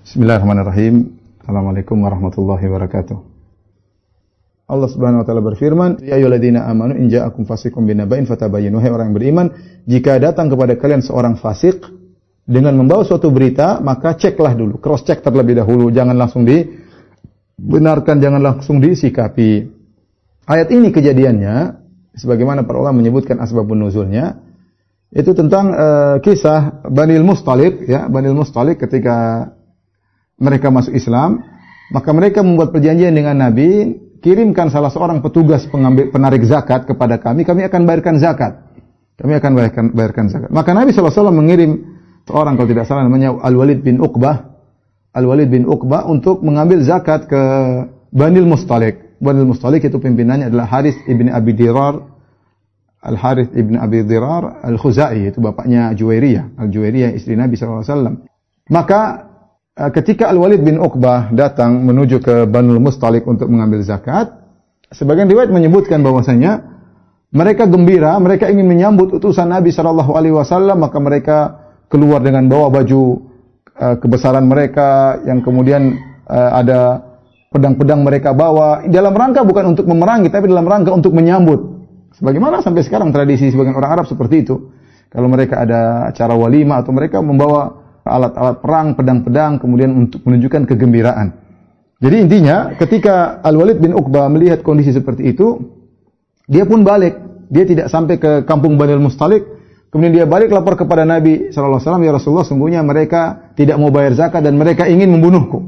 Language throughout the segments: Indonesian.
Bismillahirrahmanirrahim. Assalamualaikum warahmatullahi wabarakatuh. Allah Subhanahu wa taala berfirman, "Ya ayyuhalladzina amanu in ja'akum fasiqun binaba'in fatabayyanu." Wahai orang yang beriman, jika datang kepada kalian seorang fasik dengan membawa suatu berita, maka ceklah dulu, cross check terlebih dahulu, jangan langsung dibenarkan, jangan langsung disikapi. Ayat ini kejadiannya sebagaimana para ulama menyebutkan asbabun nuzulnya, itu tentang kisah Banil Mustalik, ya, Banil Mustalik ketika mereka masuk Islam, maka mereka membuat perjanjian dengan Nabi, kirimkan salah seorang petugas penarik zakat kepada kami akan bayarkan zakat. Kami akan bayarkan zakat. Maka Nabi SAW mengirim seorang, kalau tidak salah namanya Al-Walid bin Uqbah, untuk mengambil zakat ke Banil Mustalik. Banil Mustalik itu pimpinannya adalah Harith ibn Abi Dirar, Al-Harith ibn Abi Dirar Al-Khuzai, itu bapaknya Juwairiyah. Al-Juwairiyah istri Nabi SAW. Maka ketika Al-Walid bin Uqbah datang menuju ke Banul Mustalik untuk mengambil zakat, sebagian riwayat menyebutkan bahwasanya mereka gembira, mereka ingin menyambut utusan Nabi SAW, maka mereka keluar dengan bawa baju kebesaran mereka, yang kemudian ada pedang-pedang mereka bawa, dalam rangka bukan untuk memerangi, tapi dalam rangka untuk menyambut. Sebagaimana sampai sekarang tradisi sebagian orang Arab seperti itu. Kalau mereka ada acara walimah atau mereka membawa alat-alat perang, pedang-pedang, kemudian untuk menunjukkan kegembiraan. Jadi intinya, ketika Al-Walid bin Uqbah melihat kondisi seperti itu, dia pun balik. Dia tidak sampai ke kampung Banil Mustalik, kemudian dia balik lapor kepada Nabi SAW, "Ya Rasulullah, sungguhnya mereka tidak mau bayar zakat dan mereka ingin membunuhku."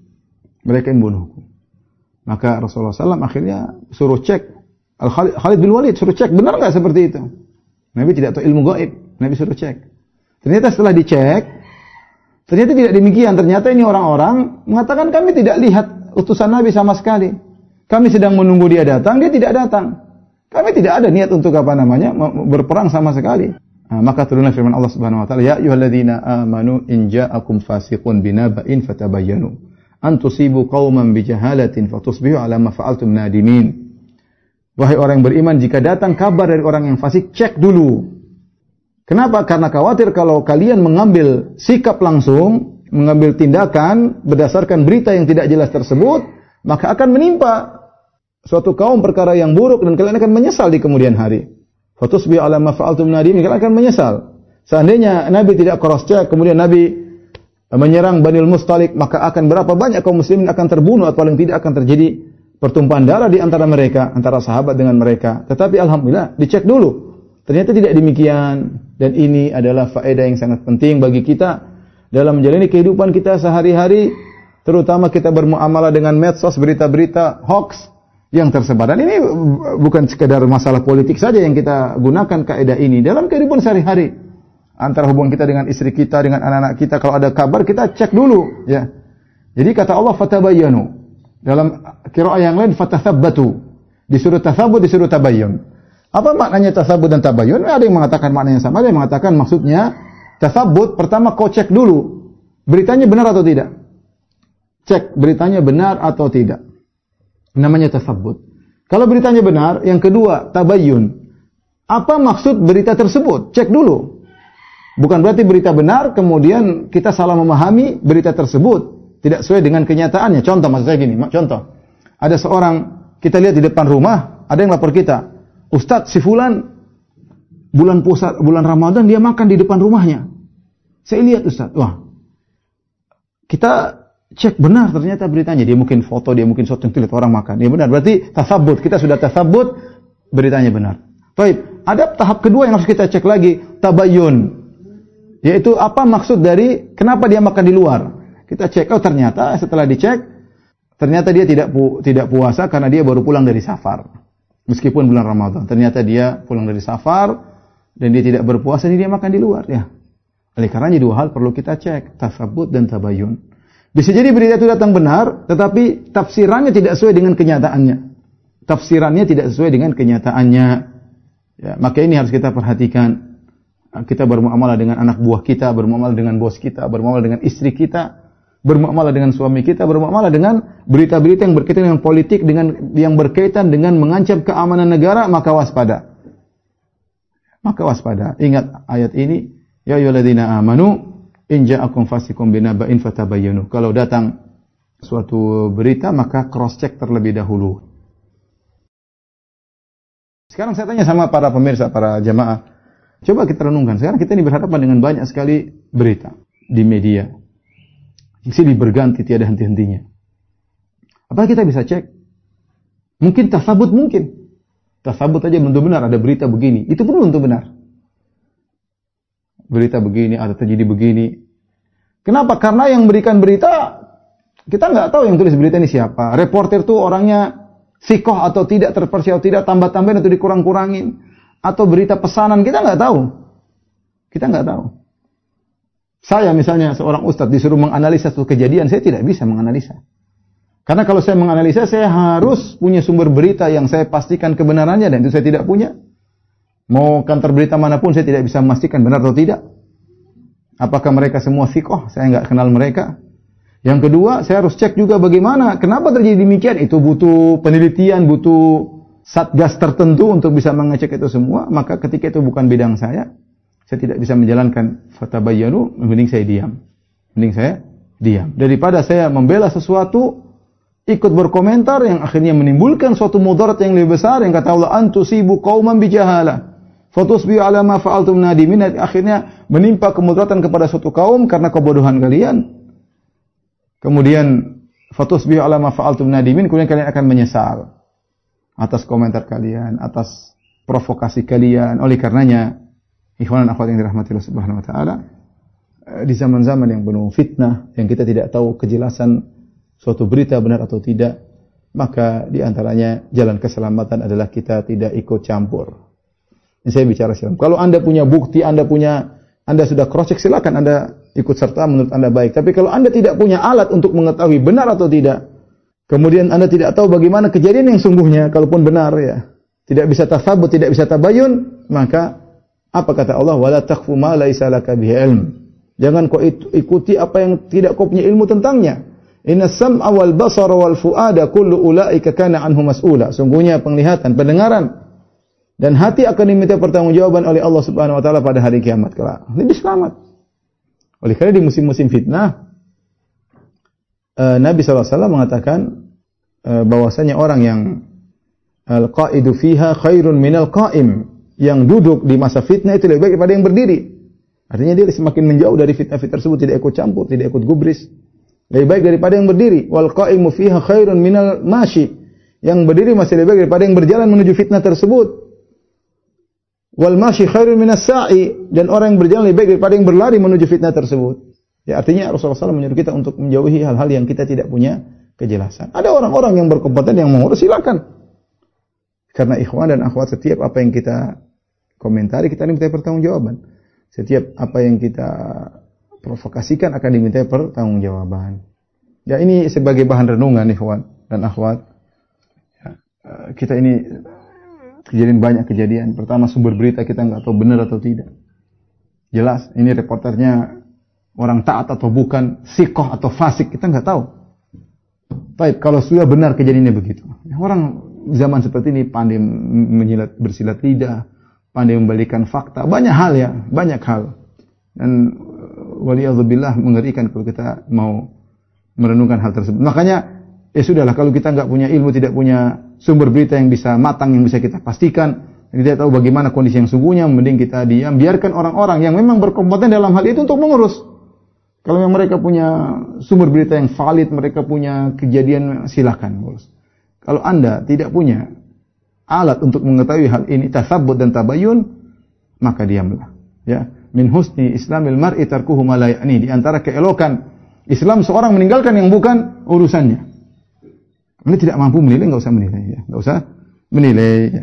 Maka Rasulullah SAW akhirnya suruh cek, Khalid bin Walid suruh cek, benar nggak seperti itu? Nabi tidak tahu ilmu gaib, Nabi suruh cek. Ternyata setelah dicek, ternyata tidak demikian. Ternyata ini orang-orang mengatakan, kami tidak lihat utusan Nabi sama sekali. Kami sedang menunggu dia datang, dia tidak datang. Kami tidak ada niat untuk berperang sama sekali. Nah, maka turunlah firman Allah Subhanahu wa taala, "Ya ayyuhalladzina amanu in ja'akum fasiqun binaba'in fatabayyanu an tusibu qauman bijahalatin fatusbihu 'ala ma fa'altum nadimin." Wahai orang yang beriman, jika datang kabar dari orang yang fasik, cek dulu. Kenapa? Karena khawatir kalau kalian mengambil sikap langsung, mengambil tindakan berdasarkan berita yang tidak jelas tersebut, maka akan menimpa suatu kaum perkara yang buruk dan kalian akan menyesal di kemudian hari. Fatusbihu 'ala ma fa'altum nadimin, kalian akan menyesal. Seandainya Nabi tidak cross check, kemudian Nabi menyerang Banil Mustalik, maka akan berapa banyak kaum muslimin akan terbunuh atau paling tidak akan terjadi pertumpahan darah di antara mereka, antara sahabat dengan mereka. Tetapi alhamdulillah dicek dulu. Ternyata tidak demikian, dan ini adalah faedah yang sangat penting bagi kita dalam menjalani kehidupan kita sehari-hari, terutama kita bermuamalah dengan medsos, berita-berita hoax yang tersebar. Dan ini bukan sekedar masalah politik saja yang kita gunakan kaidah ini dalam kehidupan sehari-hari. Antara hubungan kita dengan istri kita, dengan anak-anak kita, kalau ada kabar kita cek dulu, ya. Jadi kata Allah fatabayyanu. Dalam qiraah yang lain fatathabbatu. Disuruh tatsabbut, disuruh tabayyun. Apa maknanya tasabbut dan tabayyun? Ada yang mengatakan maknanya sama, ada yang mengatakan maksudnya tasabbut, pertama kau cek dulu beritanya benar atau tidak. Cek beritanya benar atau tidak. Namanya tasabbut. Kalau beritanya benar, yang kedua tabayyun. Apa maksud berita tersebut? Cek dulu. Bukan berarti berita benar kemudian kita salah memahami berita tersebut, tidak sesuai dengan kenyataannya. Contoh, maksud saya gini, contoh. Ada seorang, kita lihat di depan rumah, ada yang lapor kita, "Ustadz, si fulan bulan puasa, bulan Ramadan dia makan di depan rumahnya." Saya lihat, Ustadz, wah, kita cek benar ternyata beritanya. Dia mungkin foto, dia mungkin shooting, lihat orang makan. Ya benar, berarti tasabbut. Kita sudah tasabbut, beritanya benar. Baik, ada tahap kedua yang harus kita cek lagi, tabayyun. Yaitu apa maksud dari kenapa dia makan di luar. Kita cek, oh ternyata setelah dicek, ternyata dia tidak puasa karena dia baru pulang dari safar. Meskipun bulan Ramadan, ternyata dia pulang dari safar dan dia tidak berpuasa, dia makan di luar, ya. Oleh karenanya dua hal perlu kita cek, tasabbut dan tabayyun. Bisa jadi berita itu datang benar, tetapi tafsirannya tidak sesuai dengan kenyataannya. Ya, maka ini harus kita perhatikan. Kita bermuamalah dengan anak buah kita, bermuamalah dengan bos kita, bermuamalah dengan istri kita, bermuamalah dengan suami kita, bermuamalah dengan berita-berita yang berkaitan dengan politik, dengan yang berkaitan dengan mengancam keamanan negara, maka waspada. Ingat ayat ini, ya ayyuhalladzina amanu In ja'akum fasiqun binaba'in fatabayyanu. Kalau datang suatu berita maka cross check terlebih dahulu. Sekarang saya tanya sama para pemirsa, para jamaah, coba kita renungkan. Sekarang kita ini berhadapan dengan banyak sekali berita di media. Silih berganti tiada henti-hentinya. Apa kita bisa cek? Mungkin tasabut mungkin. Tasabut aja belum benar, ada berita begini. Itu pun belum benar. Berita begini, ada terjadi begini. Kenapa? Karena yang berikan berita, kita nggak tahu yang tulis berita ini siapa. Reporter tuh orangnya sikoh atau tidak, terpercaya atau tidak, tambah-tambahin atau dikurang-kurangin. Atau berita pesanan, kita nggak tahu. Kita nggak tahu. Saya misalnya seorang ustadz disuruh menganalisa suatu kejadian, saya tidak bisa menganalisa. Karena kalau saya menganalisa, saya harus punya sumber berita yang saya pastikan kebenarannya, dan itu saya tidak punya. Mau kantor berita manapun saya tidak bisa memastikan benar atau tidak. Apakah mereka semua sikoh? Saya nggak kenal mereka. Yang kedua, saya harus cek juga bagaimana, kenapa terjadi demikian. Itu butuh penelitian, butuh satgas tertentu untuk bisa mengecek itu semua. Maka ketika itu bukan bidang saya tidak bisa menjalankan fatabayyanu, mending saya diam. Mending saya diam. Daripada saya membela sesuatu, ikut berkomentar yang akhirnya menimbulkan suatu mudarat yang lebih besar, yang kata Allah, antusibu qauman bijahalah. Fatusbihu ala ma fa'altum nadimin, akhirnya menimpa kemudaratan kepada suatu kaum karena kebodohan kalian. Kemudian fatusbihu ala ma fa'altum nadimin, kemudian kalian akan menyesal atas komentar kalian, atas provokasi kalian. Oleh karenanya, ikhwan dan akhwat yang dirahmati Allah Subhanahu wa taala, di zaman-zaman yang penuh fitnah, yang kita tidak tahu kejelasan suatu berita benar atau tidak, maka di antaranya jalan keselamatan adalah kita tidak ikut campur. Ini saya bicara silam. Kalau Anda punya bukti, Anda sudah cross check, silakan Anda ikut serta menurut Anda baik. Tapi kalau Anda tidak punya alat untuk mengetahui benar atau tidak, kemudian Anda tidak tahu bagaimana kejadian yang sungguhnya, kalaupun benar ya, tidak bisa tasabut, tidak bisa tabayun, maka apa kata Allah? Wala taqfu ma laisa laka bihi ilm. Jangan kau ikuti apa yang tidak kau punya ilmu tentangnya. Inna sam'a wal basara wal fuada kullu ulaika kana anhu mas'ula. Sungguhnya penglihatan, pendengaran dan hati akan diminta pertanggungjawaban oleh Allah Subhanahu wa taala pada hari kiamat kelak. Lebih selamat. Oleh karena di musim-musim fitnah, Nabi SAW mengatakan bahwasanya orang yang al-qa'idu fiha khairun minal qa'im, yang duduk di masa fitnah itu lebih baik daripada yang berdiri. Artinya dia semakin menjauh dari fitnah-fitnah tersebut, tidak ikut campur, tidak ikut gubris. Lebih baik daripada yang berdiri. Wal qa'imu fiha khairun minal mashi, yang berdiri masih lebih baik daripada yang berjalan menuju fitnah tersebut. Wal mashi khairun minas sa'i, dan orang yang berjalan lebih baik daripada yang berlari menuju fitnah tersebut. Ya, artinya Rasulullah SAW menyuruh kita untuk menjauhi hal-hal yang kita tidak punya kejelasan. Ada orang-orang yang berkompeten yang mengurus, silakan. Karena ikhwan dan akhwat, setiap apa yang kita komentari kita diminta pertanggungjawaban. Setiap apa yang kita provokasikan akan diminta pertanggungjawaban. Ya, ini sebagai bahan renungan ikhwan dan akhwat. Ya, kita ini kejadian banyak kejadian. Pertama, sumber berita kita nggak tahu benar atau tidak. Jelas, ini reporternya orang taat atau bukan, sikoh atau fasik, kita nggak tahu. Baik, kalau sudah benar kejadiannya begitu. Orang zaman seperti ini pandai bersilat lidah, pandai membalikan fakta, banyak hal ya, banyak hal. Dan waliyadzubillah mengerikan kalau kita mau merenungkan hal tersebut. Makanya ya sudahlah, kalau kita nggak punya ilmu, tidak punya sumber berita yang bisa matang, yang bisa kita pastikan, kita tahu bagaimana kondisi yang sungguhnya, mending kita diam, biarkan orang-orang yang memang berkompeten dalam hal itu untuk mengurus. Kalau yang mereka punya sumber berita yang valid, mereka punya kejadian, silakan urus. Kalau Anda tidak punya alat untuk mengetahui hal ini, tasabbut dan tabayun, maka diamlah. Ya, min husni islamil mar'i tarkuhu ma la ya'ni. Di antara keelokan Islam seorang meninggalkan yang bukan urusannya. Ini tidak mampu menilai, enggak usah menilai ya. Enggak usah menilai ya.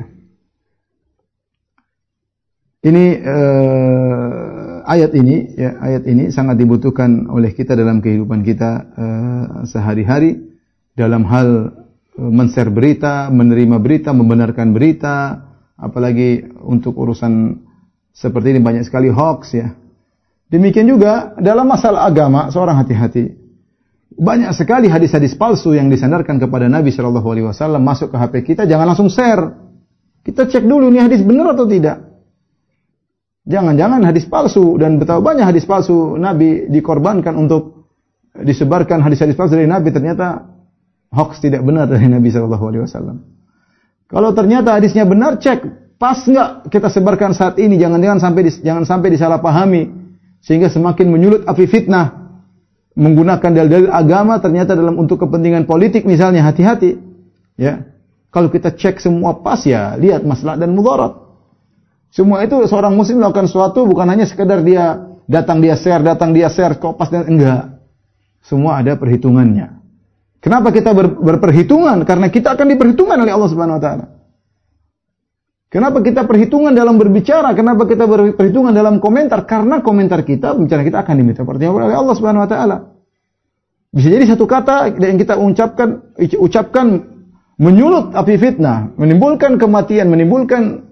Ini ayat ini sangat dibutuhkan oleh kita dalam kehidupan kita sehari-hari, dalam hal men-share berita, menerima berita, membenarkan berita, apalagi untuk urusan seperti ini banyak sekali hoax ya. Demikian juga dalam masalah agama, seorang hati-hati. Banyak sekali hadis-hadis palsu yang disandarkan kepada Nabi Shallallahu Alaihi Wasallam masuk ke HP kita, jangan langsung share. Kita cek dulu nih hadis benar atau tidak. Jangan-jangan hadis palsu, dan betapa banyak hadis palsu Nabi dikorbankan untuk disebarkan hadis-hadis palsu dari Nabi, ternyata hoax, tidak benar dari Nabi SAW. Kalau ternyata hadisnya benar, cek pas nggak kita sebarkan saat ini. Jangan sampai disalahpahami sehingga semakin menyulut api fitnah menggunakan dalil-dalil agama ternyata untuk kepentingan politik misalnya. Hati-hati ya. Kalau kita cek semua pas, ya lihat maslahat dan mudarat. Semua itu seorang muslim melakukan sesuatu bukan hanya sekedar dia datang dia share kopas dan enggak. Semua ada perhitungannya. Kenapa kita berperhitungan? Karena kita akan diperhitungkan oleh Allah Subhanahu wa taala. Kenapa kita perhitungan dalam berbicara? Kenapa kita berperhitungan dalam komentar? Karena komentar kita, pembicaraan kita akan diminta pertanggungan oleh Allah Subhanahu wa taala. Bisa jadi satu kata yang kita ucapkan menyulut api fitnah, menimbulkan kematian, menimbulkan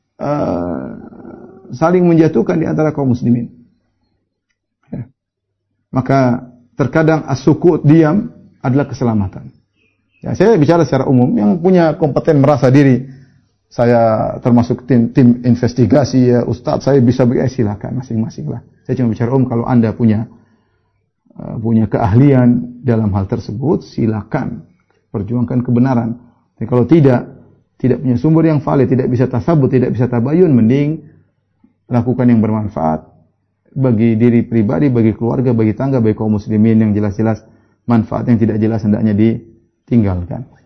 saling menjatuhkan di antara kaum muslimin. Ya. Maka terkadang as-sukut, diam, adalah keselamatan. Ya, saya bicara secara umum, yang punya kompeten merasa diri saya termasuk tim investigasi, ya Ustadz saya bisa silakan masing-masing lah. Saya cuma bicara umum. Kalau Anda punya keahlian dalam hal tersebut, silakan perjuangkan kebenaran. Tapi kalau tidak punya sumber yang valid, tidak bisa tasabut, tidak bisa tabayun, mending lakukan yang bermanfaat bagi diri pribadi, bagi keluarga, bagi tangga, bagi kaum muslimin. Yang jelas-jelas manfaat yang tidak jelas hendaknya ditinggalkan.